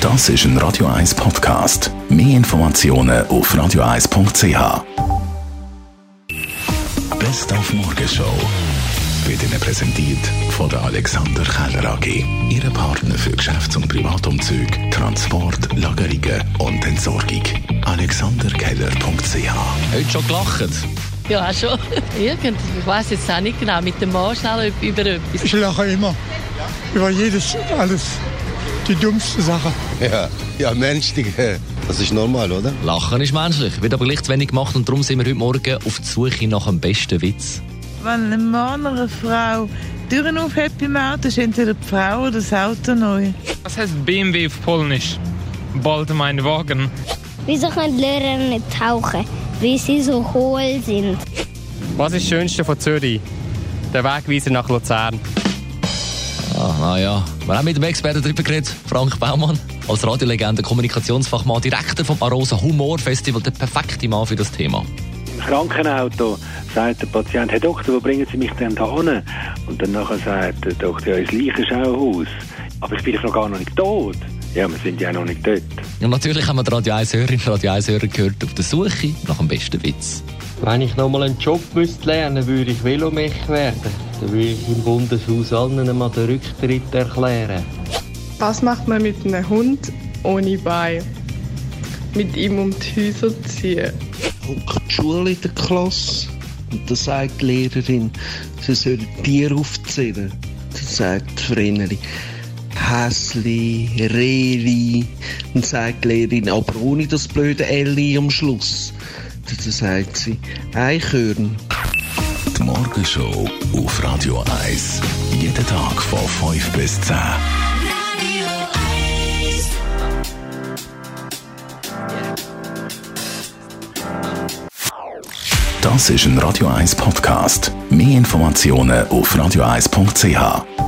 Das ist ein Radio 1 Podcast. Mehr Informationen auf radio1.ch. Best auf Morgenshow wird Ihnen präsentiert von der Alexander Keller AG. Ihre Partner für Geschäfts- und Privatumzüge, Transport, Lagerungen und Entsorgung. alexanderkeller.ch. Heute schon gelacht? Ja, schon. Irgend, ich weiss jetzt auch nicht genau, mit dem Mann schnell über etwas. Ich lache immer. Über jedes, alles. Die dümmsten Sachen. Ja, menschlich. Das ist normal, oder? Lachen ist menschlich, wird aber gleich zu wenig gemacht und darum sind wir heute Morgen auf die Suche nach dem besten Witz. Wenn ein Mann oder eine Frau Türen aufhält beim Auto, ist entweder die Frau oder das Auto neu. Was heißt BMW auf Polnisch? Bald mein Wagen. Wieso können die Lehrer nicht tauchen? Weil sie so hohl sind. Was ist das Schönste von Zürich? Der Wegweiser nach Luzern. Ja. Wir haben mit dem Experten darüber geredet, Frank Baumann. Als Radiolegende, Kommunikationsfachmann, Direktor vom Arosa Humor Festival, der perfekte Mann für das Thema. Im Krankenauto sagt der Patient: Herr Doktor, wo bringen Sie mich denn da hin? Und dann nachher sagt der Doktor: ja, ins Leichenschauhaus. Aber ich bin doch noch gar nicht tot. Ja, wir sind ja noch nicht dort. Und natürlich haben wir die Radio 1-Hörerinnen und Radio 1-Hörer gehört auf der Suche nach dem besten Witz. Wenn ich noch mal einen Job müsste lernen, würde ich Velomech werden. Dann würde ich im Bundeshaus allen einmal den Rücktritt erklären. Was macht man mit einem Hund ohne Bein? Mit ihm um die Häuser ziehen. Hockt die Schule in der Klasse und dann sagt die Lehrerin, sie sollen Tiere aufzählen. Dann sagt Vreneli: Häsli, Rehli. Dann sagt die Lehrerin, aber ohne das blöde Elli am Schluss. Dann sagt sie: Eichhörn. Die Morgenshow auf Radio 1. Jeden Tag von 5 bis 10. Das ist ein Radio 1 Podcast. Mehr Informationen auf radio1.ch.